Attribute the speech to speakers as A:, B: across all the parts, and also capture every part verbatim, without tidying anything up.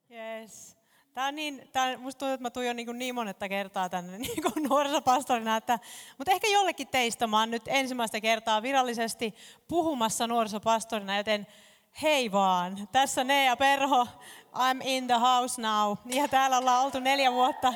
A: Yes. Tämä on niin, tämä, musta tuntuu, että mä tuin jo niin, niin monetta kertaa tänne niin kuin nuorisopastorina, että, mutta ehkä jollekin teistä mä oon nyt ensimmäistä kertaa virallisesti puhumassa nuorisopastorina, joten hei vaan, tässä Nea Perho, I'm in the house now, ja täällä ollaan oltu neljä vuotta,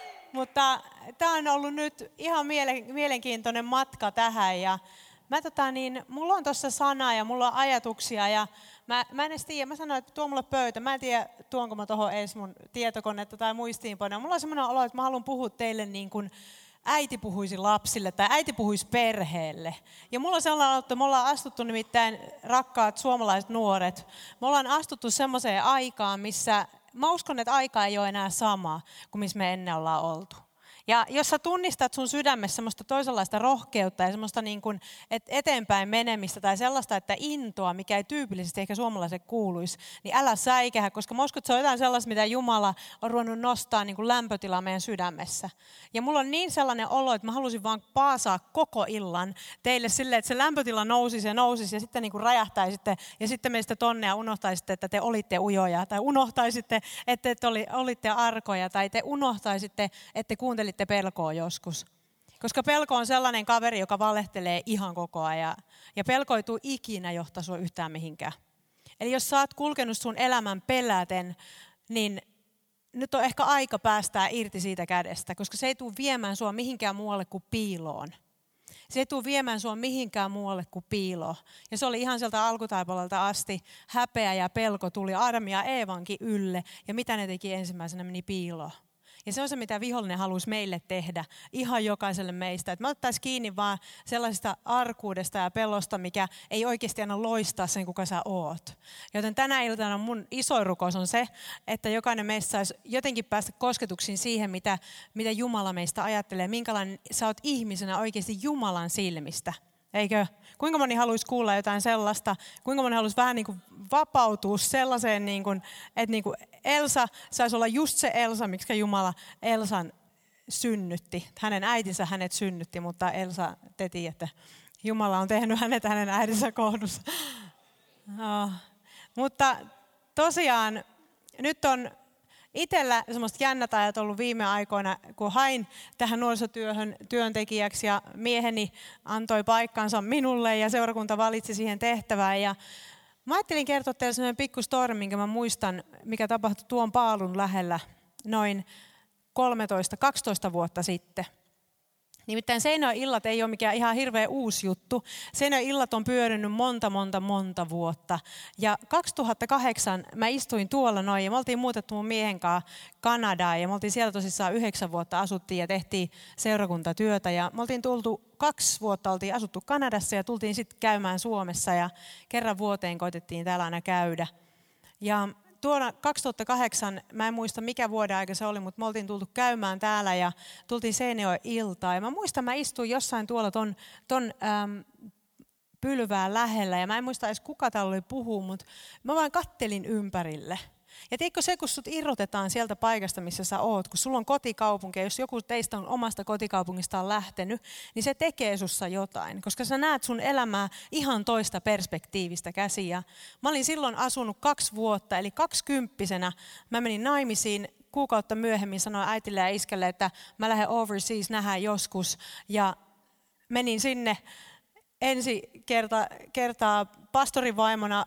A: mutta tämä on ollut nyt ihan mielenkiintoinen matka tähän, ja mä tota niin, mulla on tuossa sana ja mulla on ajatuksia ja mä, mä en edes tiedä, mä sanoin, että tuo mulle pöytä. Mä en tiedä, tuonko mä tuohon edes mun tietokonetta tai muistiinpanoja. Mulla on semmoinen olo, että mä haluan puhua teille niin kuin äiti puhuisi lapsille tai äiti puhuisi perheelle. Ja mulla on sellainen olo, että me ollaan astuttu nimittäin, rakkaat suomalaiset nuoret, me ollaan astuttu semmoiseen aikaan, missä mä uskon, että aika ei ole enää sama kuin missä me ennen ollaan oltu. Ja jos sä tunnistat sun sydämessä semmoista toisenlaista rohkeutta ja semmoista niin kuin eteenpäin menemistä tai sellaista, että intoa, mikä ei tyypillisesti ehkä suomalaiselle kuuluisi, niin älä säikähä, koska mä uskon, että se on jotain sellaista, mitä Jumala on ruvennut nostaa niin kuin lämpötilaa meidän sydämessä. Ja mulla on niin sellainen olo, että mä halusin vaan paasaa koko illan teille silleen, että se lämpötila nousisi ja nousisi ja sitten niin kuin räjähtäisitte ja sitten meistä tonne ja unohtaisitte, että te olitte ujoja tai unohtaisitte, että te olitte arkoja tai te unohtaisitte, että kuuntelitte pelkoa joskus. Koska pelko on sellainen kaveri, joka valehtelee ihan koko ajan. Ja pelko ei tule ikinä johtaa sinua yhtään mihinkään. Eli jos sä oot kulkenut sun elämän peläten, niin nyt on ehkä aika päästää irti siitä kädestä. Koska se ei tule viemään sua mihinkään muualle kuin piiloon. Se ei tule viemään sua mihinkään muualle kuin piiloon. Ja se oli ihan sieltä alkutaipaleelta asti. Häpeä ja pelko tuli Adam ja Eevankin ylle. Ja mitä ne teki ensimmäisenä, meni piiloon. Ja se on se, mitä vihollinen haluaisi meille tehdä, ihan jokaiselle meistä. Että me ottaisiin kiinni vaan sellaisesta arkuudesta ja pelosta, mikä ei oikeasti aina loistaa sen, kuka sä oot. Joten tänä iltana mun iso rukous on se, että jokainen meistä saisi jotenkin päästä kosketuksiin siihen, mitä, mitä Jumala meistä ajattelee. Minkälainen sä oot ihmisenä oikeasti Jumalan silmistä. Eikö? Kuinka moni haluaisi kuulla jotain sellaista? Kuinka moni haluaisi vähän niin kuin vapautua sellaiseen, niin kuin, että niin kuin Elsa saisi olla just se Elsa, miksi Jumala Elsan synnytti. Hänen äitinsä hänet synnytti, mutta Elsa, te tiedätte, Jumala on tehnyt hänet hänen äidinsä kohdussa. No. Mutta tosiaan nyt on itsellä semmoista jännät ajat ollut viime aikoina, kun hain tähän nuorisotyöhön työntekijäksi ja mieheni antoi paikkansa minulle ja seurakunta valitsi siihen tehtävään. Ja mä ajattelin kertoa teille semmoinen pikku story, minkä mä muistan, mikä tapahtui tuon paalun lähellä noin kolmetoista kaksitoista vuotta sitten. Nimittäin Seinäjoen illat ei ole mikään ihan hirveä uusi juttu. Seinäjoen illat on pyörinyt monta, monta, monta vuotta. Ja kaksituhattakahdeksan mä istuin tuolla noin ja me oltiin muutettu mun miehen kanssa Kanadaan. Ja me oltiin siellä tosissaan yhdeksän vuotta asuttiin ja tehtiin seurakuntatyötä. Ja me oltiin tultu, kaksi vuotta oltiin asuttu Kanadassa ja tultiin sitten käymään Suomessa. Ja kerran vuoteen koitettiin täällä aina käydä. Ja tuona kaksituhattakahdeksan, mä en muista mikä vuoden aika se oli, mutta me oltiin tultu käymään täällä ja tultiin Seinäjoen iltaan. Ja mä muistan, mä istuin jossain tuolla ton, ton äm, pylvään lähellä ja mä en muista edes kuka täällä oli puhua, mutta mä vaan kattelin ympärille. Ja tiedätkö se, kun sut irrotetaan sieltä paikasta, missä sä oot, kun sulla on kotikaupunki, ja jos joku teistä on omasta kotikaupungistaan lähtenyt, niin se tekee sussa jotain, koska sä näet sun elämää ihan toista perspektiivistä käsiä. Mä olin silloin asunut kaksi vuotta, eli kaksikymppisenä mä menin naimisiin, kuukautta myöhemmin sanoin äitille ja iskelle, että mä lähden overseas, nähdään joskus, ja menin sinne ensi kerta, kertaa pastorivaimona,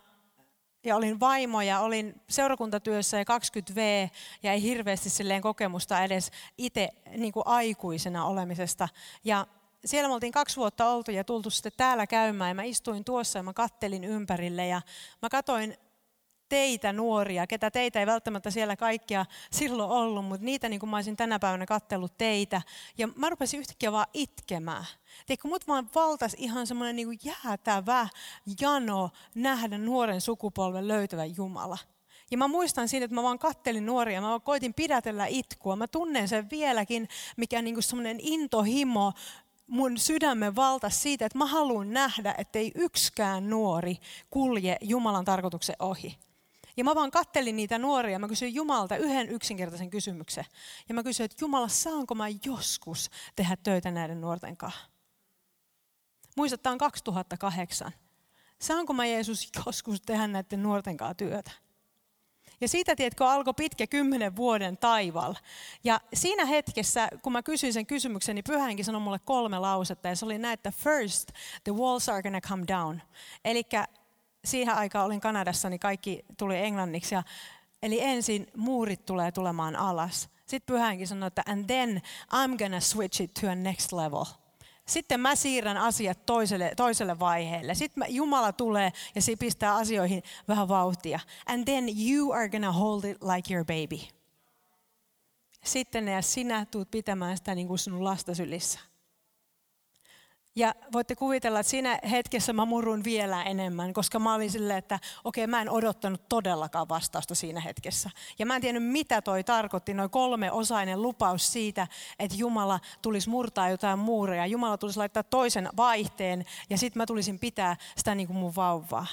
A: ja olin vaimo ja olin seurakuntatyössä ja kaksikymmentä vuotta ja ei hirveästi silleen kokemusta edes itse niin kuin aikuisena olemisesta. Ja siellä me oltiin kaksi vuotta oltu ja tultu sitten täällä käymään ja mä istuin tuossa ja mä kattelin ympärille ja mä katoin teitä nuoria, ketä teitä ei välttämättä siellä kaikkia silloin ollut, mutta niitä niin kuin mä olisin tänä päivänä kattellut teitä. Ja mä rupesin yhtäkkiä vaan itkemään. Tiedätkö, mut vaan valtas ihan semmoinen niin kuin jäätävä jano nähdä nuoren sukupolven löytävän Jumala. Ja mä muistan siinä, että mä vaan kattelin nuoria, mä vaan koitin pidätellä itkua. Mä tunnen sen vieläkin, mikä niin kuin semmoinen intohimo mun sydämen valtas siitä, että mä haluan nähdä, ettei yksikään nuori kulje Jumalan tarkoituksen ohi. Ja mä vaan kattelin niitä nuoria, mä kysyin Jumalalta yhden yksinkertaisen kysymyksen. Ja mä kysyin, että Jumala, saanko mä joskus tehdä töitä näiden nuorten kanssa? Muistat, tämä on kaksituhattakahdeksan. Saanko mä Jeesus joskus tehdä näiden nuorten kanssa työtä? Ja siitä, tiedätkö, alkoi pitkä kymmenen vuoden taival. Ja siinä hetkessä, kun mä kysyin sen kysymyksen, niin Pyhä Henki sanoi mulle kolme lausetta. Ja se oli näin, että first, the walls are gonna come down. Elikkä siihen aikaan olin Kanadassa, niin kaikki tuli englanniksi. Ja, eli ensin muurit tulee tulemaan alas. Sitten Pyhä Henki sanoi, että and then I'm gonna switch it to a next level. Sitten mä siirrän asiat toiselle, toiselle vaiheelle. Sitten Jumala tulee ja se pistää asioihin vähän vauhtia. And then you are gonna hold it like your baby. Sitten ja sinä tuut pitämään sitä niin kuin sinun lasta sylissä. Ja voitte kuvitella, että siinä hetkessä mä murrun vielä enemmän, koska mä olin silleen, että okei, mä en odottanut todellakaan vastausta siinä hetkessä. Ja mä en tiennyt, mitä toi tarkoitti, noin kolmeosainen lupaus siitä, että Jumala tulisi murtaa jotain muureja. Jumala tulisi laittaa toisen vaihteen ja sitten mä tulisin pitää sitä niin kuin mun vauvaa.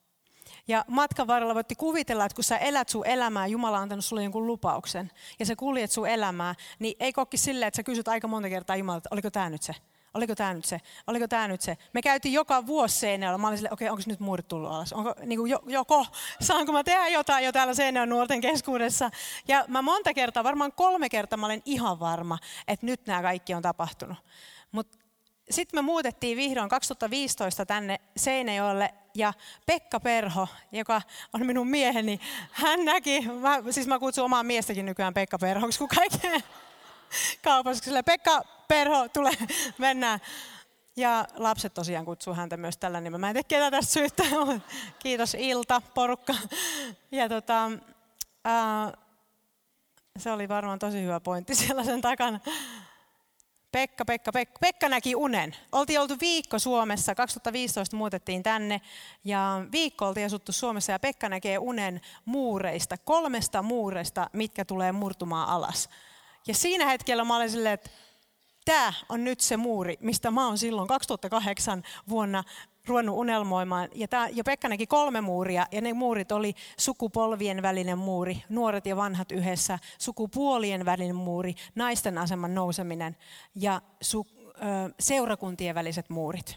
A: Ja matkan varrella voitte kuvitella, että kun sä elät sun elämää, Jumala on antanut sulle jonkun lupauksen ja sä kuljet sun elämää, niin ei kokki silleen, että sä kysyt aika monta kertaa Jumalalta, oliko tää nyt se? Oliko tämä nyt se? Oliko tämä nyt se? Me käytiin joka vuosi Seinäjoella. Mä olin silleen, okei, okay, onko nyt muurit tullut alas? Onko, niin kuin, joko, saanko mä tehdä jotain jo täällä Seinäjoen nuorten keskuudessa? Ja mä monta kertaa, varmaan kolme kertaa mä olen ihan varma, että nyt nämä kaikki on tapahtunut. Mutta sitten me muutettiin vihdoin kaksituhattaviisitoista tänne Seinäjoelle ja Pekka Perho, joka on minun mieheni, hän näki, mä, siis mä kutsun omaa miestäkin nykyään Pekka Perhoksi, kun kaikki kaupassa, silleen, Pekka Perho, tule, mennään. Ja lapset tosiaan kutsuu häntä myös tällä nimellä. Mä en tiedä, ketä tästä syyttää. Kiitos Ilta, porukka. Ja tota, ää, se oli varmaan tosi hyvä pointti siellä sen takana. Pekka, Pekka, Pekka. Pekka näki unen. Oltiin oltu viikko Suomessa, kaksituhattaviisitoista muutettiin tänne ja viikko oltiin asuttu Suomessa ja Pekka näkee unen muureista, kolmesta muureista, mitkä tulee murtumaan alas. Ja siinä hetkellä mä olin silleen, että tämä on nyt se muuri, mistä mä oon silloin kaksituhattakahdeksan vuonna ruvennut unelmoimaan. Ja, tää, ja Pekka näki kolme muuria ja ne muurit oli sukupolvien välinen muuri, nuoret ja vanhat yhdessä, sukupuolien välinen muuri, naisten aseman nouseminen ja su, ö, seurakuntien väliset muurit.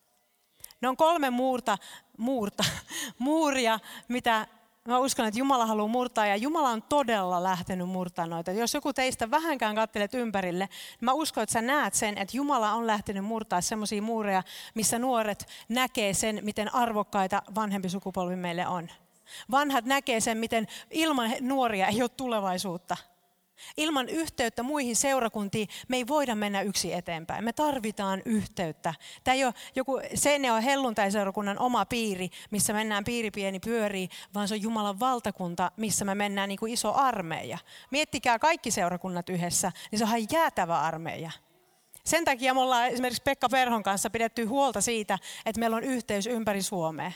A: Ne on kolme muurta, muurta, muuria, mitä mä uskon, että Jumala haluaa murtaa ja Jumala on todella lähtenyt murtaa noita. Jos joku teistä vähänkään katselet ympärille, niin mä uskon, että sä näet sen, että Jumala on lähtenyt murtaa semmoisia muureja, missä nuoret näkee sen, miten arvokkaita vanhempi sukupolvi meille on. Vanhat näkee sen, miten ilman nuoria ei ole tulevaisuutta. Ilman yhteyttä muihin seurakuntiin me ei voida mennä yksi eteenpäin. Me tarvitaan yhteyttä. Tämä ei ole joku Seinäjoen helluntaiseurakunnan oma piiri, missä mennään piiri pieni pyörii, vaan se on Jumalan valtakunta, missä me mennään niin kuin iso armeija. Miettikää kaikki seurakunnat yhdessä, niin se on ihan jäätävä armeija. Sen takia me ollaan esimerkiksi Pekka Perhon kanssa pidetty huolta siitä, että meillä on yhteys ympäri Suomea.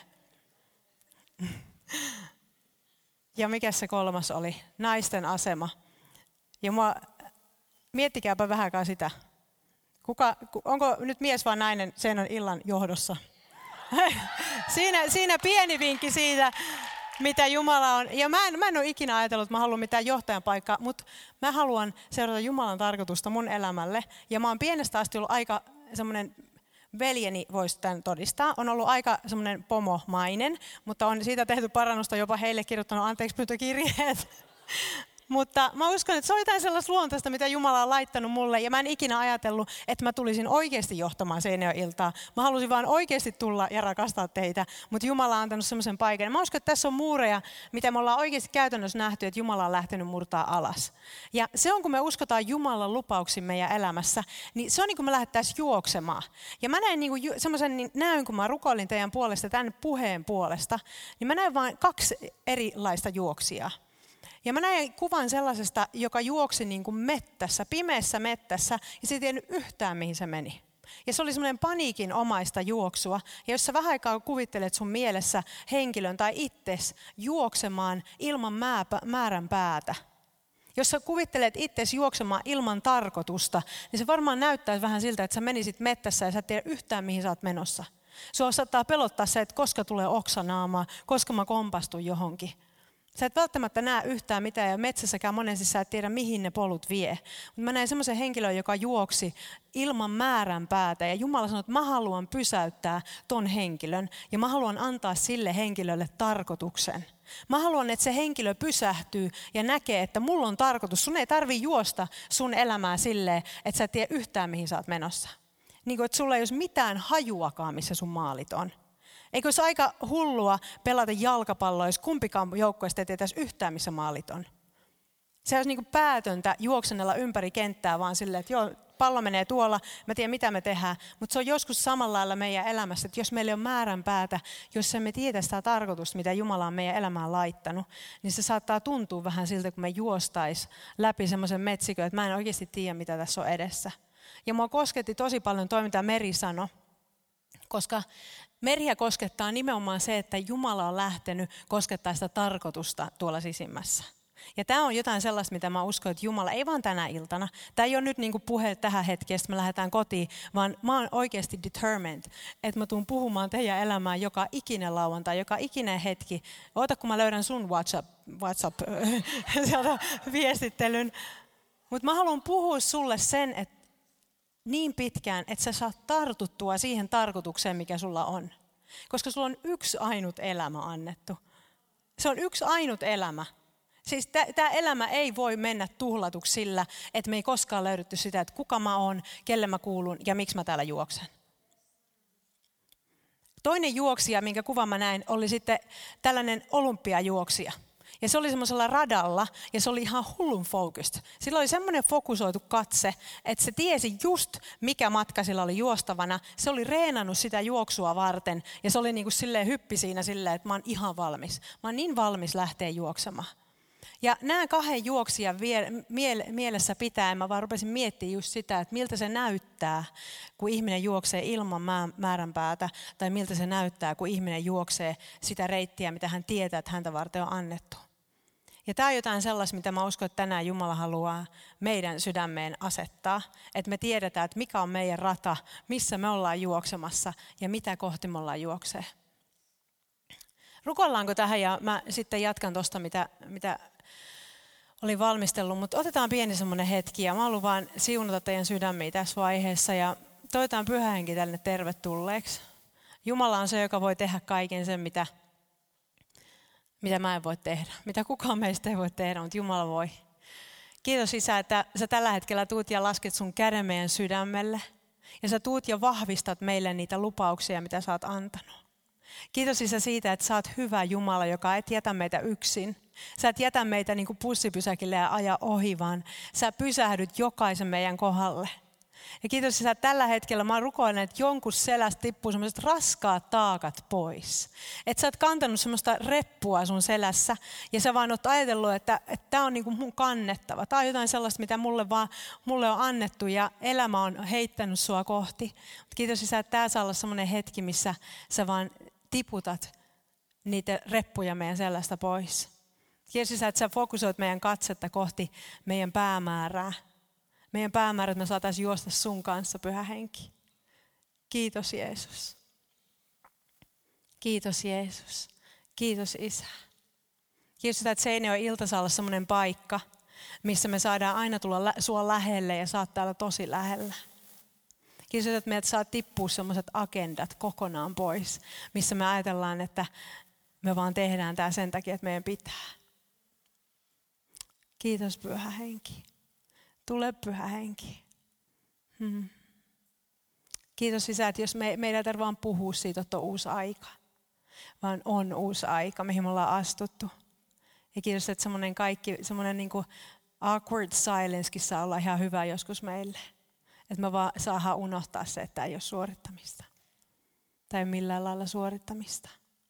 A: Ja mikä se kolmas oli? Naisten asema. Ja mua, miettikääpä vähänkään sitä. Kuka, onko nyt mies vai nainen sen on illan johdossa? siinä, siinä pieni vinkki siitä, mitä Jumala on. Ja mä en, mä en ole ikinä ajatellut, että mä haluan mitään johtajan paikkaa, mutta mä haluan seurata Jumalan tarkoitusta mun elämälle. Ja mä oon pienestä asti ollut aika semmoinen, veljeni voisi tämän todistaa, on ollut aika semmoinen pomomainen, mutta on siitä tehty parannusta, jopa heille kirjoittanut anteeksi pyyntokirjeet. Mutta mä uskon, että se on jotain sellaista luontaista, mitä Jumala on laittanut mulle. Ja mä en ikinä ajatellut, että mä tulisin oikeasti johtamaan Seinäjoen iltaa. Mä halusin vaan oikeasti tulla ja rakastaa teitä. Mutta Jumala on antanut semmoisen paikan. Mä uskon, että tässä on muureja, mitä me ollaan oikeasti käytännössä nähty, että Jumala on lähtenyt murtaa alas. Ja se on, kun me uskotaan Jumalan lupauksiin meidän elämässä, niin se on niin kuin me lähdettäisiin juoksemaan. Ja mä näin niin kuin semmoisen niin näyn, kun mä rukoilin teidän puolesta, tämän puheen puolesta, niin mä näin vain kaksi erilaista juoksijaa. Ja mä näin kuvan sellaisesta, joka juoksi niin kuin mettässä, pimeässä mettässä, ja se ei tiennyt yhtään, mihin se meni. Ja se oli semmoinen paniikin omaista juoksua. Ja jos sä vähän aikaa kuvittelet sun mielessä henkilön tai itses juoksemaan ilman määrän päätä, jos sä kuvittelet itses juoksemaan ilman tarkoitusta, niin se varmaan näyttää vähän siltä, että sä menisit mettässä ja sä et tiedä yhtään, mihin sä oot menossa. Sua saattaa pelottaa se, että koska tulee oksanaamaa, koska mä kompastun johonkin. Sä et välttämättä näe yhtään mitään ja metsässäkään monesti sä et tiedä, mihin ne polut vie. Mutta mä näin semmoisen henkilön, joka juoksi ilman määrän päätä. Ja Jumala sanoi, että mä haluan pysäyttää ton henkilön ja mä haluan antaa sille henkilölle tarkoituksen. Mä haluan, että se henkilö pysähtyy ja näkee, että mulla on tarkoitus. Sun ei tarvitse juosta sun elämää silleen, että sä et tiedä yhtään mihin sä oot menossa. Niin kuin, että sulla ei olisi mitään hajuakaan, missä sun maalit on. Eikö olisi aika hullua pelata jalkapalloa, jos kumpikaan joukkueesta ei tietäisi yhtään, missä maalit on. Se olisi niin kuin päätöntä juoksennella ympäri kenttää vaan silleen, että joo, pallo menee tuolla, mä tiedän mitä me tehdään. Mutta se on joskus samalla lailla meidän elämässä, että jos meillä on määränpäätä, jos emme tiedä sitä tarkoitusta, mitä Jumala on meidän elämään laittanut, niin se saattaa tuntua vähän siltä, kun me juostais läpi semmoisen metsikön, että mä en oikeasti tiedä, mitä tässä on edessä. Ja mua kosketti tosi paljon toi, mitä Meri sanoi, koska Meriä koskettaa nimenomaan se, että Jumala on lähtenyt koskettaa sitä tarkoitusta tuolla sisimmässä. Ja tämä on jotain sellaista, mitä mä uskon, että Jumala, ei vaan tänä iltana. Tämä ei ole nyt niinku puhe tähän hetkeen, että me lähdetään kotiin, vaan mä oon oikeasti determined, että mä tuun puhumaan teidän elämään joka ikinen lauantai, joka ikinen hetki. Oota, kun mä löydän sun WhatsApp, WhatsApp sieltä viestittelyn. Mutta mä haluan puhua sulle sen, että niin pitkään, että sä saat tartuttua siihen tarkoitukseen, mikä sulla on. Koska sulla on yksi ainut elämä annettu. Se on yksi ainut elämä. Siis tämä elämä ei voi mennä tuhlatuksi sillä, että me ei koskaan löydetty sitä, että kuka mä oon, kelle mä kuulun ja miksi mä täällä juoksen. Toinen juoksija, minkä kuvan mä näin, oli sitten tällainen olympiajuoksija. Ja se oli semmoisella radalla ja se oli ihan hullun focused. Sillä oli semmoinen fokusoitu katse, että se tiesi just mikä matka sillä oli juostavana. Se oli reenannut sitä juoksua varten ja se oli niin kuin silleen hyppi siinä silleen, että mä oon ihan valmis. Mä oon niin valmis lähteä juoksemaan. Ja nämä kahden juoksijan mielessä pitää, mä vaan rupesin miettimään just sitä, että miltä se näyttää, kun ihminen juoksee ilman määränpäätä, tai miltä se näyttää, kun ihminen juoksee sitä reittiä, mitä hän tietää, että häntä varten on annettu. Ja tämä on jotain sellaista, mitä mä uskon, että tänään Jumala haluaa meidän sydämeen asettaa, että me tiedetään, että mikä on meidän rata, missä me ollaan juoksemassa ja mitä kohti me ollaan juoksee. Rukoillaanko tähän ja mä sitten jatkan tuosta, mitä, mitä olin valmistellut, mutta otetaan pieni semmoinen hetki ja mä haluan vaan siunata teidän sydämiä tässä vaiheessa ja toivotaan Pyhä Henki tänne tervetulleeksi. Jumala on se, joka voi tehdä kaiken sen, mitä, mitä mä en voi tehdä, mitä kukaan meistä ei voi tehdä, mutta Jumala voi. Kiitos Isä, että sä tällä hetkellä tuut ja lasket sun käden meidän sydämelle ja sä tuut ja vahvistat meille niitä lupauksia, mitä sä oot antanut. Kiitos Isä siitä, että sä oot hyvä Jumala, joka et jätä meitä yksin. Sä et jätä meitä niin kuin pussipysäkille ja aja ohi, vaan sä pysähdyt jokaisen meidän kohdalle. Ja kiitos Isä, että tällä hetkellä mä rukoilen, että jonkun selästä tippuu sellaiset raskaat taakat pois. Että sä oot kantanut semmoista reppua sun selässä ja sä vaan oot ajatellut, että tämä on niin kuin mun kannettava. Tämä on jotain sellaista, mitä mulle, vaan, mulle on annettu ja elämä on heittänyt sua kohti. Mut kiitos Isä, että tämä saa olla semmoinen hetki, missä sä vaan tiputat niitä reppuja meidän selästä pois. Kiitos Isä, että sä fokusoit meidän katsetta kohti meidän päämäärää. Meidän päämäärä, että me saataisiin juosta sun kanssa, Pyhä Henki. Kiitos Jeesus. Kiitos Jeesus. Kiitos Isä. Kiitos Isä, että Seinäjoen ilta saa olla semmoinen paikka, missä me saadaan aina tulla sua lähelle ja saat täällä tosi lähellä. Kiitos, että meiltä saa tippua sellaiset agendat kokonaan pois, missä me ajatellaan, että me vaan tehdään tämä sen takia, että meidän pitää. Kiitos Pyhä Henki. Tule Pyhä Henki. Hmm. Kiitos Isä, että jos me, meidän ei tarvitse vaan puhua siitä, että on uusi aika, vaan on uusi aika, mihin me ollaan astuttu. Ja kiitos, että semmoinen kaikki, semmoinen niin kuin awkward silencekin saa olla ihan hyvä joskus meille. Että me vaan saadaan unohtaa se, että ei ole suorittamista. Tai millään lailla suorittamista.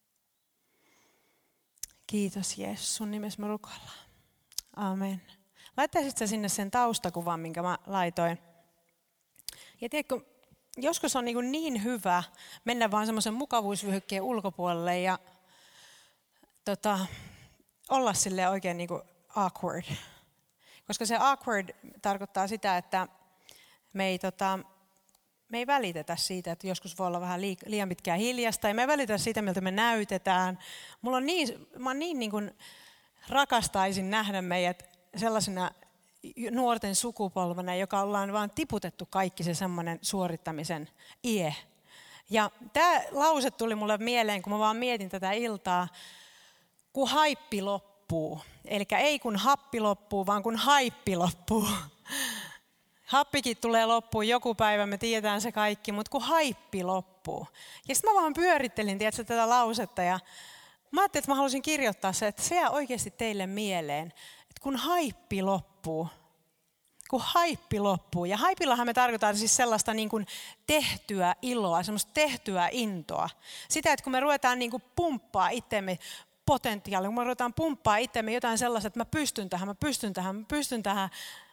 A: Kiitos Jeesus, sun nimessä me rukoillaan. Amen. Laittaisit sä sinne sen taustakuvan, minkä mä laitoin. Ja tiedätkö, joskus on niin, niin hyvä mennä vaan semmoisen mukavuusvyöhykkeen ulkopuolelle ja tota, olla sille oikein niin kuin awkward. Koska se awkward tarkoittaa sitä, että me ei, tota, me ei välitetä siitä, että joskus voi olla vähän liian pitkään hiljasta. Ja me ei välitetä siitä, miltä me näytetään. Mulla on niin, mä niin, niin kuin rakastaisin nähdä meidät sellaisena nuorten sukupolvena, joka ollaan vaan tiputettu kaikki se semmoinen suorittamisen ie. Ja tämä lause tuli mulle mieleen, kun mä vaan mietin tätä iltaa, kun haippi loppuu. Eli ei kun happi loppuu, vaan kun haippi loppuu. Happikin tulee loppuun joku päivä, me tiedetään se kaikki, mutta kun haippi loppuu. Ja sitten mä vaan pyörittelin tiedätkö, tätä lausetta ja mä ajattelin, että mä halusin kirjoittaa se, että se jää oikeasti teille mieleen, että kun haippi loppuu. Kun haippi loppuu. Ja haipillahan me tarkoitaan siis sellaista niin kuin tehtyä iloa, semmoista tehtyä intoa. Sitä, että kun me ruvetaan niin kuin pumppaa itsemme potentiaalia, kun me ruvetaan pumppaa itsemme jotain sellaista, että mä pystyn tähän, mä pystyn tähän, mä pystyn tähän.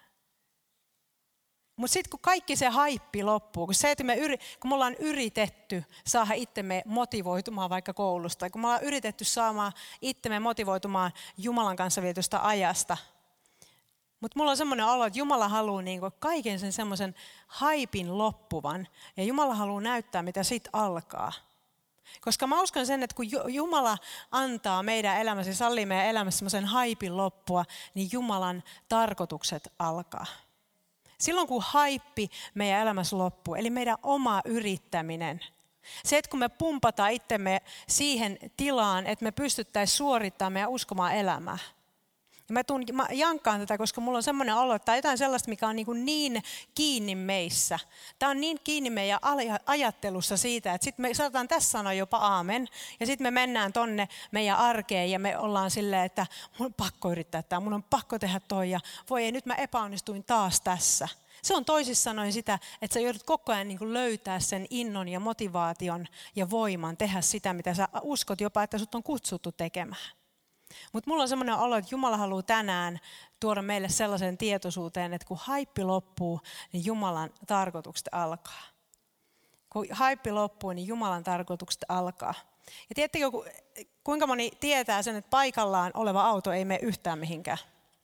A: Mutta sitten kun kaikki se haippi loppuu, kun, se, että me yri, kun me ollaan yritetty saada itsemme motivoitumaan vaikka koulusta, kun me ollaan yritetty saamaan itsemme motivoitumaan Jumalan kanssa vietystä ajasta, mutta mulla on semmoinen olo, että Jumala haluaa niinku kaiken sen semmoisen haipin loppuvan ja Jumala haluaa näyttää, mitä sit alkaa. Koska mä uskon sen, että kun Jumala antaa meidän elämässä ja sallii meidän elämässä semmoisen haipin loppua, niin Jumalan tarkoitukset alkaa. Silloin kun haippi meidän elämässä loppuu, eli meidän oma yrittäminen. Se, että kun me pumpataan itsemme siihen tilaan, että me pystyttäisiin suorittamaan meidän uskomaan elämää. Mä, tuun, mä jankkaan tätä, koska mulla on semmoinen olo, että tämä on jotain sellaista, mikä on niin, niin kiinni meissä. Tämä on niin kiinni meidän ajattelussa siitä, että sitten me saatetaan tässä sanoa jopa aamen. Ja sitten me mennään tonne meidän arkeen ja me ollaan silleen, että mun on pakko yrittää tämä, mun on pakko tehdä toi ja voi ei, nyt mä epäonnistuin taas tässä. Se on toisin sanoen sitä, että sä joudut koko ajan niin kuin löytää sen innon ja motivaation ja voiman tehdä sitä, mitä sä uskot jopa, että sut on kutsuttu tekemään. Mutta mulla on semmoinen olo, että Jumala haluaa tänään tuoda meille sellaisen tietoisuuteen, että kun haippi loppuu, niin Jumalan tarkoitukset alkaa. Kun haippi loppuu, niin Jumalan tarkoitukset alkaa. Ja tiedättekö, kuinka moni tietää sen, että paikallaan oleva auto ei mene yhtään mihinkään?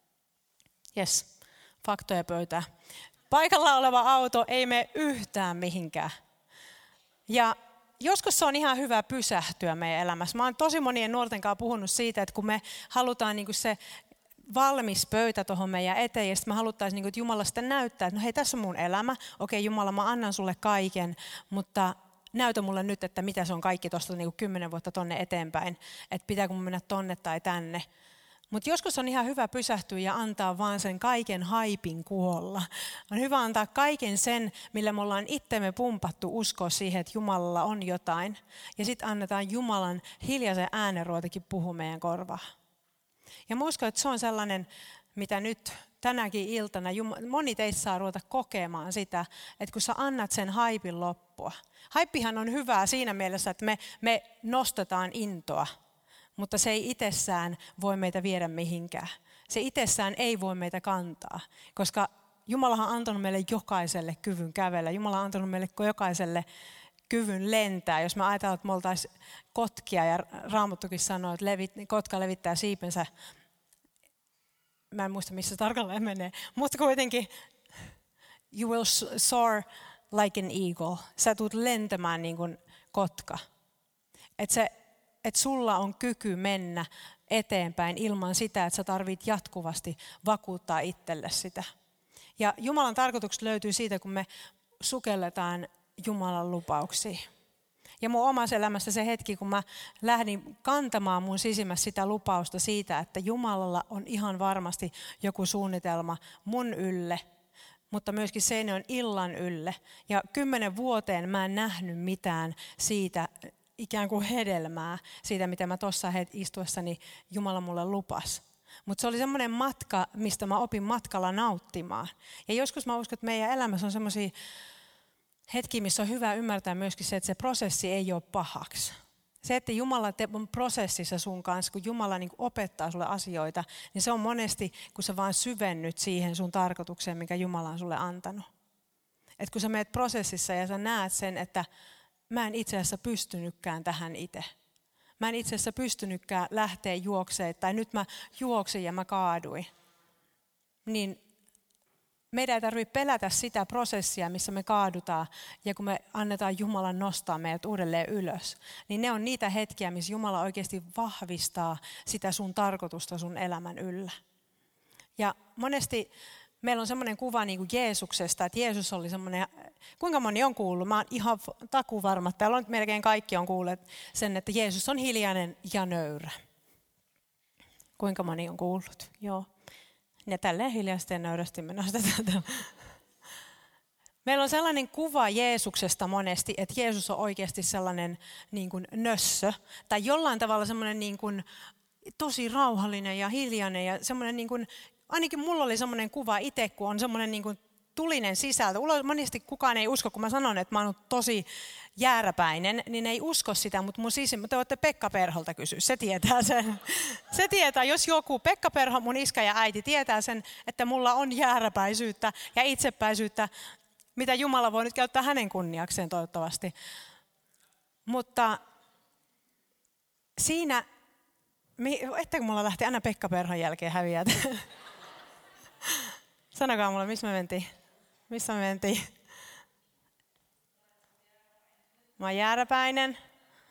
A: Jes, faktoja pöytään. Paikallaan oleva auto ei mene yhtään mihinkään. Ja joskus se on ihan hyvä pysähtyä meidän elämässä. Mä oon tosi monien nuorten kanssa puhunut siitä, että kun me halutaan niin kuin se valmis pöytä tuohon meidän eteen, ja sitten me haluttaisiin, niin kuin, että Jumala sitten näyttää, että no hei, tässä on mun elämä. Okei, Jumala, mä annan sulle kaiken, mutta näytä mulle nyt, että mitä se on kaikki tuosta niin kuin kymmenen vuotta tonne eteenpäin. Että pitääkö mun mennä tonne tai tänne. Mutta joskus on ihan hyvä pysähtyä ja antaa vaan sen kaiken haipin kuolla. On hyvä antaa kaiken sen, millä me ollaan itsemme pumpattu uskoa siihen, että Jumalalla on jotain. Ja sitten annetaan Jumalan hiljaisen äänen ruotakin puhua meidän korvaan. Ja mä uskon, että se on sellainen, mitä nyt tänäkin iltana moni teistä saa ruveta kokemaan sitä, että kun sä annat sen haipin loppua. Haippihan on hyvää siinä mielessä, että me, me nostetaan intoa. Mutta se ei itsessään voi meitä viedä mihinkään. Se itsessään ei voi meitä kantaa, koska Jumalahan on antanut meille jokaiselle kyvyn kävellä. Jumala on antanut meille jokaiselle kyvyn lentää. Jos me ajatellaan, että me oltaisiin kotkia ja Raamattukin sanoo, että levit, kotka levittää siipensä. Mä en muista, missä tarkalleen menee, mutta kuitenkin you will soar like an eagle. Sä tulet lentämään niin kuin kotka. Että se että sulla on kyky mennä eteenpäin ilman sitä, että sä tarvit jatkuvasti vakuuttaa itselle sitä. Ja Jumalan tarkoitukset löytyy siitä, kun me sukelletaan Jumalan lupauksiin. Ja mun omassa elämässä se hetki, kun mä lähdin kantamaan mun sisimmässä sitä lupausta siitä, että Jumalalla on ihan varmasti joku suunnitelma mun ylle, mutta myöskin se on illan ylle. Ja kymmenen vuoteen mä en nähnyt mitään siitä, ikään kuin hedelmää siitä, mitä mä tuossa istuessani Jumala mulle lupasi. Mutta se oli semmoinen matka, mistä mä opin matkalla nauttimaan. Ja joskus mä uskon, että meidän elämässä on semmoisia hetkiä, missä on hyvä ymmärtää myöskin se, että se prosessi ei ole pahaksi. Se, että Jumala on prosessissa sun kanssa, kun Jumala niin kuin opettaa sulle asioita, niin se on monesti, kun sä vaan syvennyt siihen sun tarkoitukseen, mikä Jumala on sulle antanut. Että kun sä meet prosessissa ja sä näet sen, että mä en itse asiassa pystynytkään tähän itse. Mä en itse asiassa pystynytkään lähteä juokseen, tai nyt mä juoksin ja mä kaaduin. Niin meidän ei tarvitse pelätä sitä prosessia, missä me kaadutaan, ja kun me annetaan Jumalan nostaa meidät uudelleen ylös, niin ne on niitä hetkiä, missä Jumala oikeasti vahvistaa sitä sun tarkoitusta sun elämän yllä. Ja monesti meillä on semmoinen kuva niin kuin Jeesuksesta, että Jeesus oli semmoinen, kuinka moni on kuullut, mä oon ihan takuvarma, täällä on melkein kaikki on kuulleet sen, että Jeesus on hiljainen ja nöyrä. Kuinka moni on kuullut? Joo. Ja tälleen hiljaisesti ja nöyrästi me nostetaan. Meillä on sellainen kuva Jeesuksesta monesti, että Jeesus on oikeasti sellainen niin kuin nössö. Tai jollain tavalla sellainen niin kuin tosi rauhallinen ja hiljainen. Ja semmoinen niin kuin, ainakin mulla oli sellainen kuva itse, kun on semmoinen niin kuin tulinen sisältö. Monesti kukaan ei usko, kun mä sanon, että mä oon tosi jääräpäinen, niin ei usko sitä, mutta mun sisin, te voitte Pekka Perholta kysyä, se tietää sen. Se tietää, jos joku, Pekka Perho, mun iskä ja äiti, tietää sen, että mulla on jääräpäisyyttä ja itsepäisyyttä, mitä Jumala voi nyt käyttää hänen kunniakseen toivottavasti. Mutta siinä, etteikö mulla lähti aina Pekka Perhon jälkeen häviää? Sanokaa mulle, missä me mentiin? Missä me mentiin? Mä oon jääräpäinen.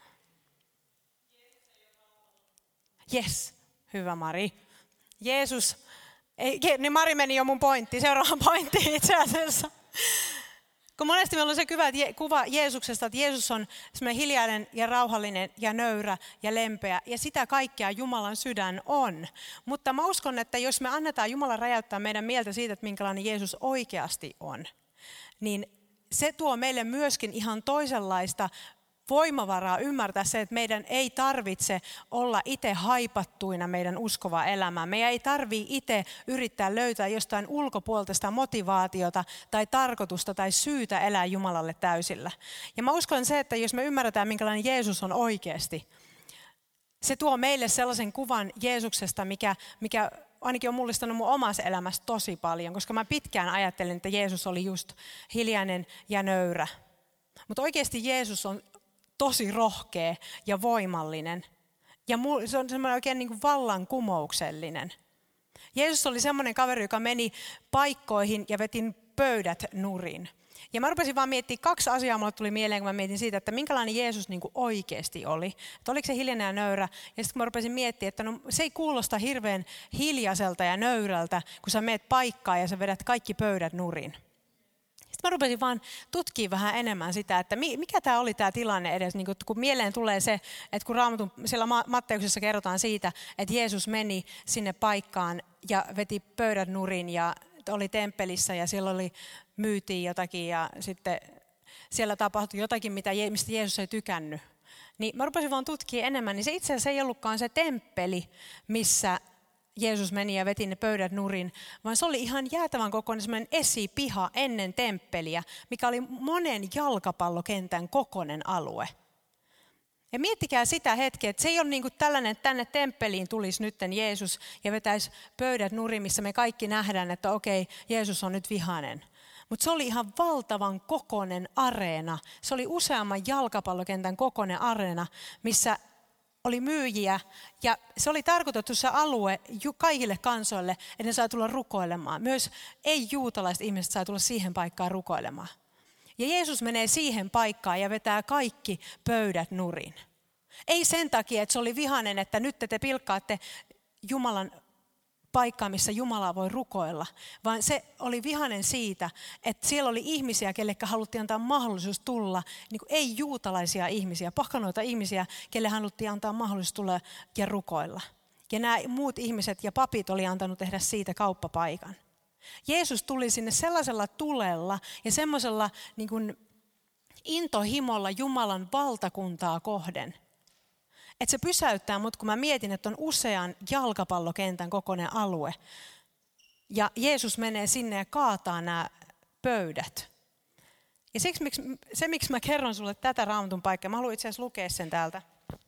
A: Jes, hyvä Mari. Jeesus, ei, niin Mari meni jo mun pointti, seuraavaan pointtiin itse asiassa. Kun monesti meillä on se kuva Jeesuksesta, että Jeesus on semmoinen hiljainen ja rauhallinen ja nöyrä ja lempeä. Ja sitä kaikkea Jumalan sydän on. Mutta mä uskon, että jos me annetaan Jumalan räjäyttää meidän mieltä siitä, että minkälainen Jeesus oikeasti on, niin se tuo meille myöskin ihan toisenlaista voimavaraa ymmärtää se, että meidän ei tarvitse olla itse haipattuina meidän uskovaa elämää. Meidän ei tarvitse itse yrittää löytää jostain ulkopuolta sitä motivaatiota tai tarkoitusta tai syytä elää Jumalalle täysillä. Ja mä uskon se, että jos me ymmärretään, minkälainen Jeesus on oikeasti, se tuo meille sellaisen kuvan Jeesuksesta, mikä, mikä ainakin on mullistanut mun omassa elämässä tosi paljon, koska mä pitkään ajattelin, että Jeesus oli just hiljainen ja nöyrä. Mutta oikeasti Jeesus on tosi rohkea ja voimallinen. Ja se on semmoinen oikein niin kuin vallankumouksellinen. Jeesus oli semmoinen kaveri, joka meni paikkoihin ja veti pöydät nurin. Ja mä rupesin vaan miettimään, kaksi asiaa mulle tuli mieleen, kun mä mietin siitä, että minkälainen Jeesus niin kuin oikeasti oli. Että oliko se hiljainen ja nöyrä. Ja sitten mä rupesin miettimään, että no, se ei kuulosta hirveän hiljaiselta ja nöyrältä, kun sä meet paikkaan ja sä vedät kaikki pöydät nurin. Sitten mä rupesin vaan tutkimaan vähän enemmän sitä, että mikä tämä oli tämä tilanne edes, niin kun mieleen tulee se, että kun Raamatun, siellä Matteuksessa kerrotaan siitä, että Jeesus meni sinne paikkaan ja veti pöydät nurin ja oli temppelissä ja siellä oli, myytiin jotakin ja sitten siellä tapahtui jotakin, mitä, mistä Jeesus ei tykännyt. Niin mä rupesin vaan tutkimaan enemmän, niin se itse asiassa ei ollutkaan se temppeli, missä Jeesus meni ja veti ne pöydät nurin, vaan se oli ihan jäätävän kokoinen semmoinen esipiha ennen temppeliä, mikä oli monen jalkapallokentän kokoinen alue. Ja miettikää sitä hetkeä, että se ei ole niin kuin tällainen, että tänne temppeliin tulisi nytten Jeesus ja vetäisi pöydät nurin, missä me kaikki nähdään, että okei, Jeesus on nyt vihainen. Mutta se oli ihan valtavan kokoinen areena. Se oli useamman jalkapallokentän kokoinen areena, missä oli myyjiä ja se oli tarkoitettu se alue kaikille kansoille, että ne sai tulla rukoilemaan. Myös ei-juutalaiset ihmiset sai tulla siihen paikkaan rukoilemaan. Ja Jeesus menee siihen paikkaan ja vetää kaikki pöydät nurin. Ei sen takia, että se oli vihainen, että nyt te pilkkaatte Jumalan paikkaa, missä Jumala voi rukoilla, vaan se oli vihainen siitä, että siellä oli ihmisiä, kellekkä haluttiin antaa mahdollisuus tulla, niin kuin ei-juutalaisia ihmisiä, pakanoita ihmisiä, kelle haluttiin antaa mahdollisuus tulla ja rukoilla. Ja nämä muut ihmiset ja papit oli antanut tehdä siitä kauppapaikan. Jeesus tuli sinne sellaisella tulella ja semmoisella niin kuin intohimolla Jumalan valtakuntaa kohden, että se pysäyttää mut, kun mä mietin, että on usean jalkapallokentän kokoinen alue. Ja Jeesus menee sinne ja kaataa nämä pöydät. Ja siksi, se, miksi mä kerron sulle tätä Raamatun paikkaa, mä haluan itse asiassa lukea sen täältä,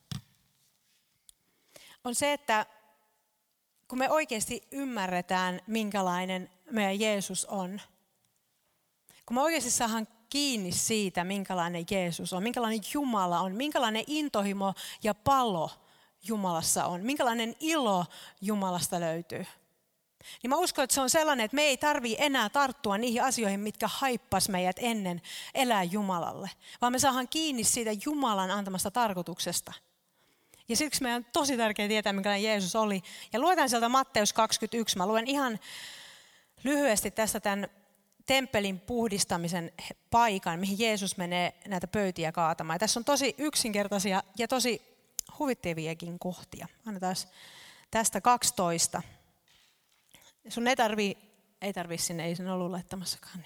A: on se, että kun me oikeasti ymmärretään, minkälainen meidän Jeesus on, kun me oikeasti saadaan kiinni siitä, minkälainen Jeesus on, minkälainen Jumala on, minkälainen intohimo ja palo Jumalassa on, minkälainen ilo Jumalasta löytyy. Niin mä uskon, että se on sellainen, että me ei tarvitse enää tarttua niihin asioihin, mitkä haippas meidät ennen elää Jumalalle, vaan me saadaan kiinni siitä Jumalan antamasta tarkoituksesta. Ja siksi meidän on tosi tärkeää tietää, minkälainen Jeesus oli. Ja luetaan sieltä Matteus kaksikymmentäyksi. Mä luen ihan lyhyesti tästä tämän temppelin puhdistamisen paikan, mihin Jeesus menee näitä pöytiä kaatamaan. Ja tässä on tosi yksinkertaisia ja tosi huvittaviakin kohtia. Annetaan tästä kaksitoista. Sun ei tarvii, ei tarvii sinne, ei sen ollut laittamassakaan.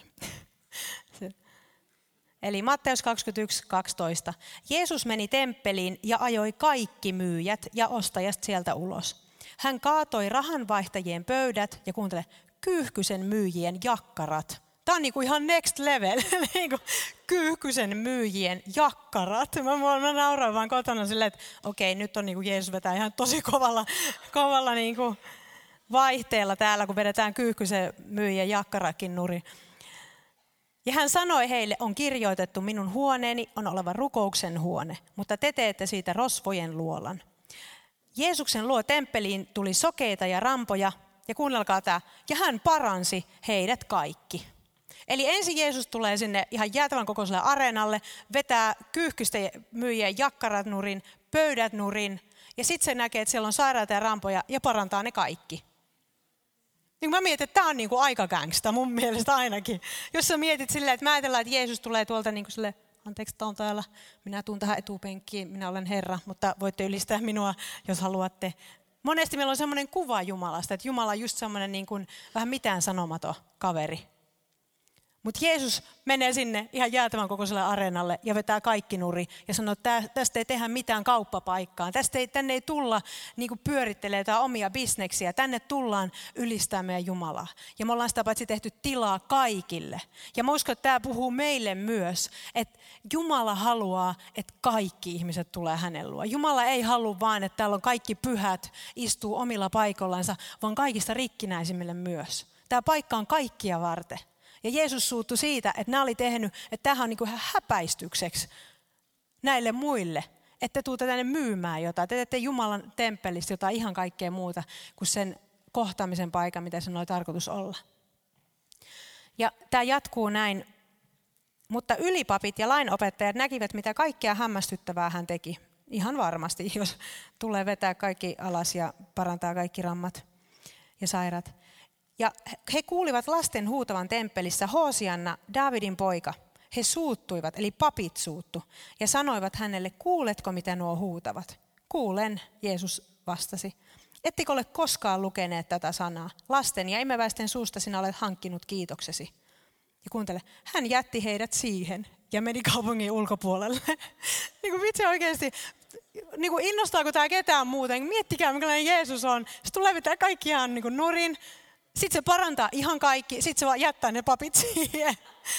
A: Eli Matteus kaksikymmentäyksi kaksitoista. Jeesus meni temppeliin ja ajoi kaikki myyjät ja ostajat sieltä ulos. Hän kaatoi rahanvaihtajien pöydät ja kuuntele, kyyhkysen myyjien jakkarat. Tämä on niinku ihan next level, niinku kyyhkysen myyjien jakkarat. Mä, mä nauroin vaan kotona silleen, että okei, nyt on niinku Jeesus vetää ihan tosi kovalla, kovalla niinku vaihteella täällä, kun vedetään kyyhkysen myyjien jakkarakin nurin. Ja hän sanoi heille, on kirjoitettu, minun huoneeni on oleva rukouksen huone, mutta te teette siitä rosvojen luolan. Jeesuksen luo temppeliin tuli sokeita ja rampoja, ja kuunnelkaa tämä, ja hän paransi heidät kaikki. Eli ensin Jeesus tulee sinne ihan jäätävän kokoiselle areenalle, vetää kyyhkysten myyjien jakkarat nurin, pöydät nurin, ja sitten se näkee, että siellä on sairaita ja rampoja, ja parantaa ne kaikki. Niin mä mietin, että tämä on niinku aika gangsta mun mielestä ainakin. Jos sä mietit silleen, että mä ajatellaan, että Jeesus tulee tuolta niin kuin silleen, anteeksi, tää on täällä, minä tuun tähän etupenkkiin, minä olen Herra, mutta voitte ylistää minua, jos haluatte. Monesti meillä on semmoinen kuva Jumalasta, että Jumala on just semmoinen niin kuin vähän mitään sanomaton kaveri. Mutta Jeesus menee sinne ihan jäätävän kokoiselle areenalle ja vetää kaikki nuri ja sanoo, että tästä ei tehdä mitään kauppapaikkaa. Tästä ei, tänne ei tulla niin kuin pyörittelee jotain omia bisneksiä. Tänne tullaan ylistää meidän Jumalaa. Ja me ollaan sitä paitsi tehty tilaa kaikille. Ja mä uskon, että tämä puhuu meille myös, että Jumala haluaa, että kaikki ihmiset tulee hänen luo. Jumala ei halua vaan, että täällä on kaikki pyhät, istuu omilla paikoillansa, vaan kaikista rikkinäisimmille myös. Tämä paikka on kaikkia varten. Ja Jeesus suuttui siitä, että nämä oli tehnyt, että tämähän on niin kuin ihan häpäistykseksi näille muille. Että te tuutte tänne myymään jotain. Te teette Jumalan temppelistä jotain ihan kaikkea muuta kuin sen kohtaamisen paikan, mitä sen oli tarkoitus olla. Ja tämä jatkuu näin. Mutta ylipapit ja lainopettajat näkivät, mitä kaikkea hämmästyttävää hän teki. Ihan varmasti, jos tulee vetää kaikki alas ja parantaa kaikki rammat ja sairaat. Ja he kuulivat lasten huutavan temppelissä, Hoosianna, Daavidin poika. He suuttuivat, eli papit suuttu, ja sanoivat hänelle, kuuletko mitä nuo huutavat? Kuulen, Jeesus vastasi. Ettekö ole koskaan lukeneet tätä sanaa? Lasten ja imeväisten suusta sinä olet hankkinut kiitoksesi. Ja kuuntele, hän jätti heidät siihen ja meni kaupungin ulkopuolelle. Niin kuin vitsi oikeasti, niin kuin innostaako tämä ketään muuten? Miettikää, minkälainen Jeesus on. Se tulee pitää kaikki ihan niin kuin nurin. Sitten se parantaa ihan kaikki, sitten se vaan jättää ne papit siihen.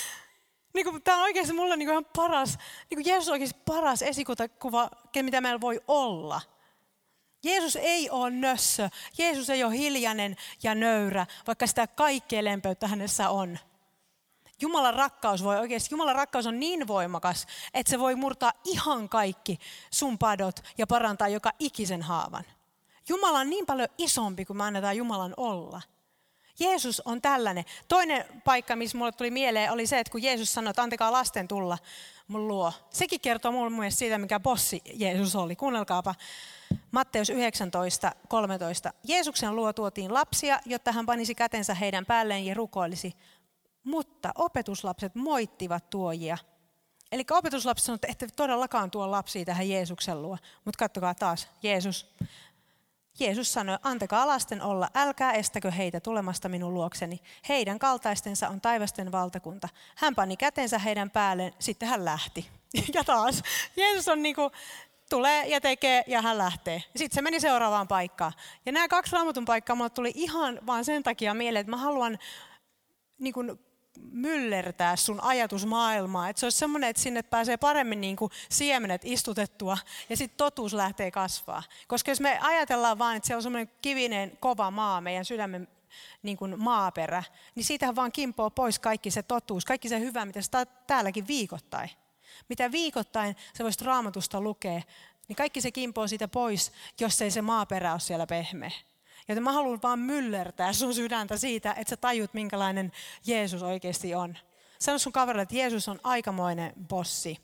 A: Niin tämä on oikeasti mulle niin ihan paras, niin Jeesus on oikeasti paras esikuva, mitä meillä voi olla. Jeesus ei ole nössö, Jeesus ei ole hiljainen ja nöyrä, vaikka sitä kaikkea lempeyttä hänessä on. Jumalan rakkaus voi oikeasti, Jumalan rakkaus on niin voimakas, että se voi murtaa ihan kaikki sun padot ja parantaa joka ikisen haavan. Jumala on niin paljon isompi kuin me annetaan Jumalan olla. Jeesus on tällainen. Toinen paikka, missä mulle tuli mieleen, oli se, että kun Jeesus sanoi, että antakaa lasten tulla mun luo. Sekin kertoo mulle mielestä siitä, mikä bossi Jeesus oli. Kuunnelkaapa Matteus yhdeksäntoista kolmetoista. Jeesuksen luo tuotiin lapsia, jotta hän panisi kätensä heidän päälleen ja rukoilisi. Mutta opetuslapset moittivat tuojia. Eli opetuslapset sanoivat, että ette todellakaan tuo lapsia tähän Jeesuksen luo. Mutta katsokaa taas, Jeesus... Jeesus sanoi, antakaa lasten olla, älkää estäkö heitä tulemasta minun luokseni. Heidän kaltaistensa on taivasten valtakunta. Hän pani kätensä heidän päälleen, sitten hän lähti. Ja taas, Jeesus on niin kuin, tulee ja tekee ja hän lähtee. Sitten se meni seuraavaan paikkaan. Ja nämä kaksi Raamatun paikkaa mulle tuli ihan vaan sen takia mieleen, että mä haluan niin kuin, myllertää sun ajatusmaailmaa. Että se olisi semmoinen, että sinne pääsee paremmin niin kuin siemenet istutettua ja sitten totuus lähtee kasvaa. Koska jos me ajatellaan vaan, että se on semmoinen kivinen, kova maa, meidän sydämen niin kuin maaperä, niin siitähän vaan kimpoo pois kaikki se totuus, kaikki se hyvä, mitä sä täälläkin viikoittain. Mitä viikoittain sä voisit Raamatusta lukea, niin kaikki se kimpoo siitä pois, jos ei se maaperä ole siellä pehmeä. Joten mä haluan vaan myllertää sun sydäntä siitä, että sä tajut, minkälainen Jeesus oikeasti on. Sano sun kaverille, että Jeesus on aikamoinen bossi.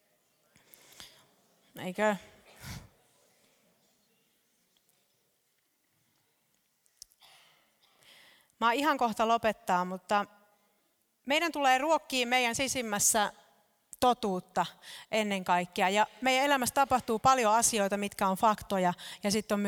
A: Eikö? Mä oon ihan kohta lopettaa, mutta meidän tulee ruokkia meidän sisimmässä totuutta ennen kaikkea. Ja meidän elämässä tapahtuu paljon asioita, mitkä on faktoja, ja sitten on myös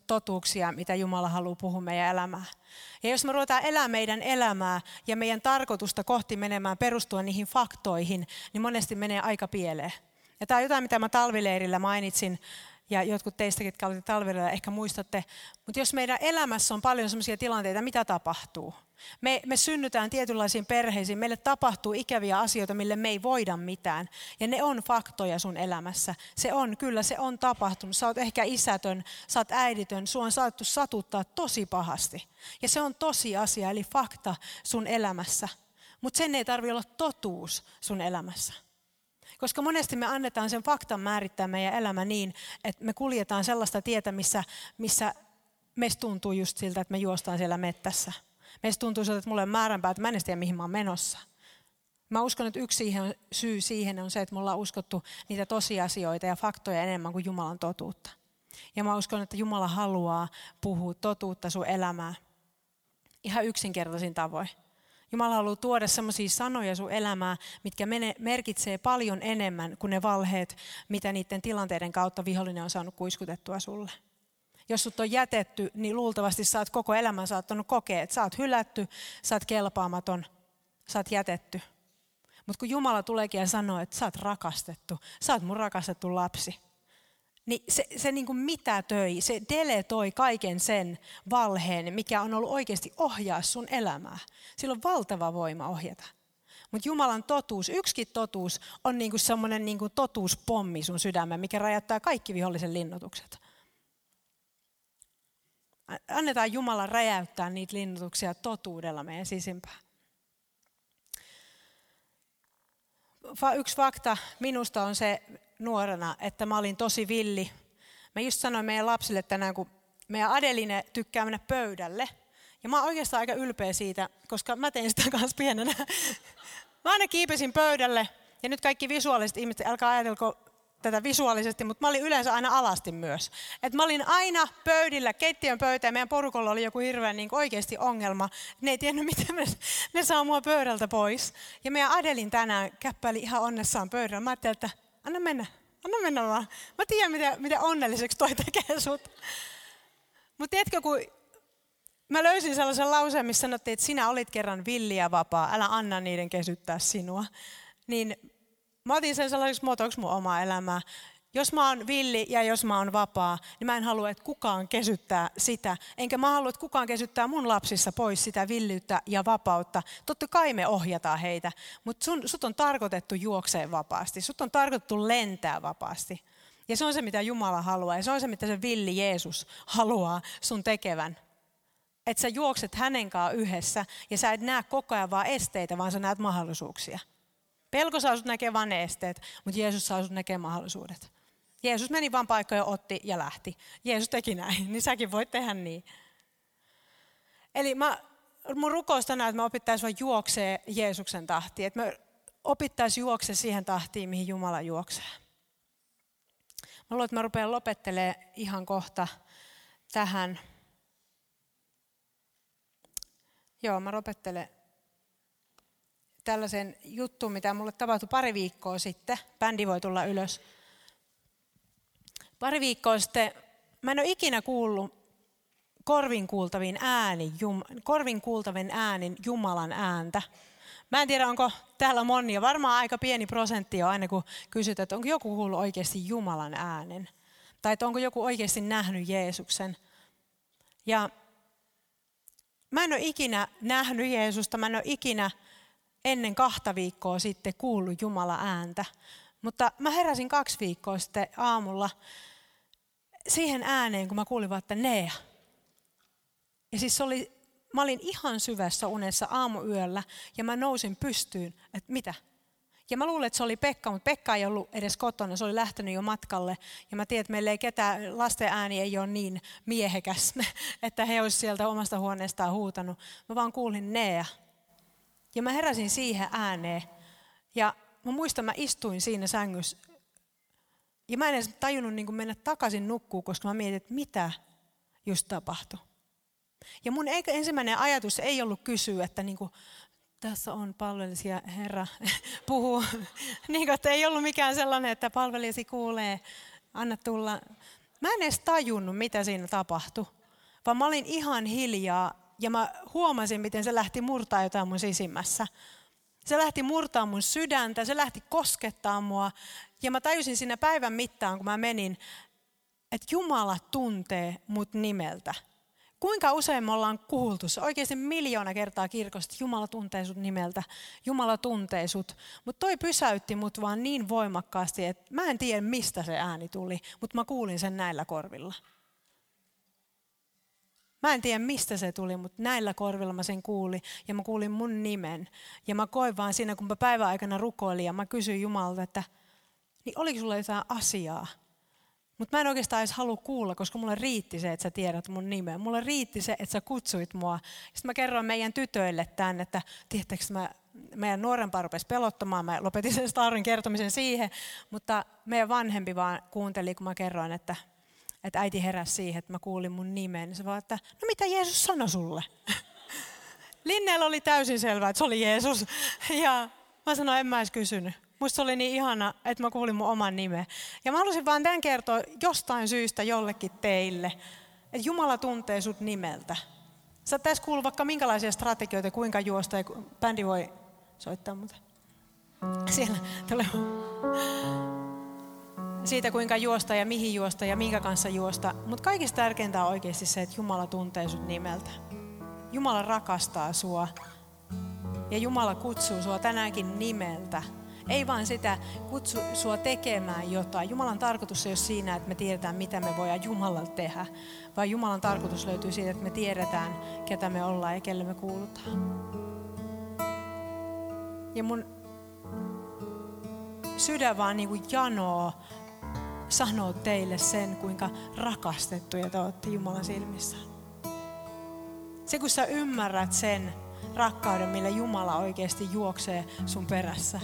A: totuuksia, mitä Jumala haluaa puhua meidän elämään. Ja jos me ruvetaan elämään meidän elämää ja meidän tarkoitusta kohti menemään perustua niihin faktoihin, niin monesti menee aika pieleen. Ja tämä on jotain, mitä mä talvileirillä mainitsin, ja jotkut teistä, ketkä olitte talvileirillä, ehkä muistatte. Mutta jos meidän elämässä on paljon sellaisia tilanteita, mitä tapahtuu? Me, me synnytään tietynlaisiin perheisiin, meille tapahtuu ikäviä asioita, mille me ei voida mitään. Ja ne on faktoja sun elämässä. Se on, kyllä se on tapahtunut. Sä oot ehkä isätön, sä oot äiditön, sua on saattu satuttaa tosi pahasti. Ja se on tosiasia, eli fakta sun elämässä. Mutta sen ei tarvitse olla totuus sun elämässä. Koska monesti me annetaan sen faktan määrittää meidän elämä niin, että me kuljetaan sellaista tietä, missä, missä meistä tuntuu just siltä, että me juostaan siellä mettässä. Meistä tuntuu siltä, että mulla on määränpää, että mä en tiedä, mihin mä oon menossa. Mä uskon, että yksi siihen, syy siihen on se, että me ollaan uskottu niitä tosiasioita ja faktoja enemmän kuin Jumalan totuutta. Ja mä uskon, että Jumala haluaa puhua totuutta sun elämään ihan yksinkertaisin tavoin. Jumala haluaa tuoda sellaisia sanoja sun elämään, mitkä merkitsee paljon enemmän kuin ne valheet, mitä niiden tilanteiden kautta vihollinen on saanut kuiskutettua sulle. Jos sut on jätetty, niin luultavasti sä oot koko elämän saattanut kokea, että sä oot hylätty, sä oot kelpaamaton, sä oot jätetty. Mutta kun Jumala tuleekin ja sanoo, että sä oot rakastettu, sä oot mun rakastettu lapsi, niin se, se niin kuin mitätöi, se deletoi kaiken sen valheen, mikä on ollut oikeasti ohjaa sun elämää. Sillä on valtava voima ohjata. Mutta Jumalan totuus, yksikin totuus on niin kuin semmoinen niin kuin totuuspommi sun sydämeen, mikä räjäyttää kaikki vihollisen linnoitukset. Annetaan Jumalan räjäyttää niitä linnoituksia totuudella meidän sisimpään. Yksi fakta minusta on se nuorena, että mä olin tosi villi. Mä just sanoin meidän lapsille tänään, kun meidän Adeline tykkää mennä pöydälle. Ja mä oon oikeastaan aika ylpeä siitä, koska mä tein sitä kanssa pienenä. Mä aina kiipesin pöydälle, ja nyt kaikki visuaaliset ihmiset, älkää ajatelko tätä visuaalisesti, mutta mä olin yleensä aina alasti myös. Et mä olin aina pöydillä, keittiön pöytä, ja meidän porukolla oli joku hirveän niin oikeasti ongelma. Ne ei tiennyt, miten me, ne saa mua pöydältä pois. Ja meidän Adelin tänään käppäili ihan onnessaan pöydällä. Mä ajattelin, että anna mennä, anna mennä vaan. Mä tiedän, miten, miten onnelliseksi toi tekee sut. Mutta tiedätkö, kun mä löysin sellaisen lauseen, missä sanottiin, että sinä olit kerran villi ja vapaa, älä anna niiden kesyttää sinua. Niin mä otin sen sellaiseksi motoksi mun omaa elämää. Jos mä oon villi ja jos mä oon vapaa, niin mä en halua, että kukaan kesyttää sitä. Enkä mä halua, että kukaan kesyttää mun lapsissa pois sitä villyyttä ja vapautta. Totta kai me ohjataan heitä, mutta sun, sut on tarkoitettu juokseen vapaasti. Sut on tarkoitettu lentää vapaasti. Ja se on se, mitä Jumala haluaa. Ja se on se, mitä se villi Jeesus haluaa sun tekevän. Että sä juokset hänen kanssaan yhdessä ja sä et näe koko ajan vaan esteitä, vaan sä näet mahdollisuuksia. Pelko saa sut näkee vain ne esteet, mutta Jeesus saa sut näkee mahdollisuudet. Jeesus meni vaan paikkoja, otti ja lähti. Jeesus teki näin, niin säkin voit tehdä niin. Eli mä, mun rukous tänään, että me opittaisiin vaan juoksee Jeesuksen tahtiin. Että me opittaisiin juoksee siihen tahtiin, mihin Jumala juoksee. Mä luulen, että mä rupean lopettelemaan ihan kohta tähän. Joo, mä lopettelen tällaisen juttuun, mitä mulle tapahtui pari viikkoa sitten. Bändi voi tulla ylös. Pari viikkoa sitten mä en ole ikinä kuullut korvin kuultavin ääni, jum, korvin kuultavin äänin Jumalan ääntä. Mä en tiedä, onko täällä monia, varmaan aika pieni prosentti on aina kun kysytään, että onko joku kuullut oikeasti Jumalan äänen. Tai että onko joku oikeasti nähnyt Jeesuksen. Ja mä en ole ikinä nähnyt Jeesusta, mä en ole ikinä ennen kahta viikkoa sitten kuullut Jumalan ääntä. Mutta mä heräsin kaksi viikkoa sitten aamulla siihen ääneen, kun mä kuulin vaan, että Nea. Ja siis oli, mä olin ihan syvässä unessa aamuyöllä ja mä nousin pystyyn, että mitä? Ja mä luulen, että se oli Pekka, mutta Pekka ei ollut edes kotona, se oli lähtenyt jo matkalle. Ja mä tiedän, että meillä ei ketään, lasten ääni ei ole niin miehekäs, että he olisivat sieltä omasta huoneestaan huutanut. Mä vaan kuulin Nea. Ja mä heräsin siihen ääneen. Ja mä muistan, mä istuin siinä sängyssä. Ja mä en edes tajunnut niin kuin mennä takaisin nukkuun, koska mä mietin, että mitä just tapahtui. Ja mun ensimmäinen ajatus ei ollut kysyä, että niin kuin, tässä on palvelija Herra puhuu. Niin kuin, että ei ollut mikään sellainen, että palvelijasi kuulee, anna tulla. mä en edes tajunnut, mitä siinä tapahtui, vaan mä olin ihan hiljaa ja mä huomasin, miten se lähti murtaa jotain mun sisimmässä. Se lähti murtaa mun sydäntä, se lähti koskettaa mua ja mä tajusin siinä päivän mittaan, kun mä menin, että Jumala tuntee mut nimeltä. Kuinka usein me ollaan kuultu se oikeasti miljoona kertaa kirkosta, että Jumala tuntee sut nimeltä, Jumala tuntee sut. Mutta toi pysäytti mut vaan niin voimakkaasti, että mä en tiedä mistä se ääni tuli, mutta mä kuulin sen näillä korvilla. Mä en tiedä mistä se tuli, mutta näillä korvilla mä sen kuulin ja mä kuulin mun nimen. Ja mä koin vaan siinä, kun mä päivän aikana rukoilin ja mä kysyin Jumalalta, että niin oliko sulla jotain asiaa? Mutta mä en oikeastaan edes halua kuulla, koska mulle riitti se, että sä tiedät mun nimeä. Mulle riitti se, että sä kutsuit mua. Sitten mä kerroin meidän tytöille tämän, että tiedättekö mä, meidän nuorempaa rupesi pelottamaan. Mä lopetin sen starin kertomisen siihen, mutta meidän vanhempi vaan kuunteli, kun mä kerroin, että, että äiti heräsi siihen, että mä kuulin mun nimen. Se vaan, että no mitä Jeesus sanoi sulle? Linneellä oli täysin selvää, että se oli Jeesus. Ja mä sanoin, en mä edes kysynyt. Musta se oli niin ihana, että mä kuulin mun oman nimen. Ja mä halusin vaan tämän kertoa jostain syystä jollekin teille, että Jumala tuntee sut nimeltä. Sä tässä kuullut vaikka minkälaisia strategioita, kuinka juosta, ja bändi voi soittaa muuta. Siellä tulee. Siitä kuinka juosta ja mihin juosta ja minkä kanssa juosta. Mutta kaikista tärkeintä on oikeasti se, että Jumala tuntee sut nimeltä. Jumala rakastaa sua. Ja Jumala kutsuu sua tänäänkin nimeltä. Ei vaan sitä kutsu sua tekemään jotain. Jumalan tarkoitus ei ole siinä, että me tiedetään, mitä me voidaan Jumalalla tehdä. Vaan Jumalan tarkoitus löytyy siitä, että me tiedetään, ketä me ollaan ja kelle me kuulutaan. Ja mun sydän vaan niin kuin janoo sanoo teille sen, kuinka rakastettuja te olette Jumalan silmissä. Se, kun sä ymmärrät sen rakkauden, millä Jumala oikeasti juoksee sun perässä.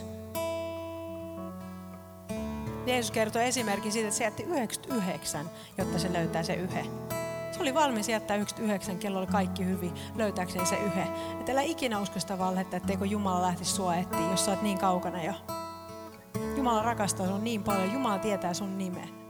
A: Jeesus kertoi esimerkin siitä, että se jätti yhdeksänkymmentäyhdeksän, jotta se löytää se yhden. Se oli valmis jättää yhdeksänkymmentäyhdeksän, kello oli kaikki hyvin, löytääkseen se yhden. Että älä ikinä usko sitä valhetta, etteikö Jumala lähtisi sua etsiä, jos sä oot niin kaukana jo. Jumala rakastaa sun niin paljon, Jumala tietää sun nimen.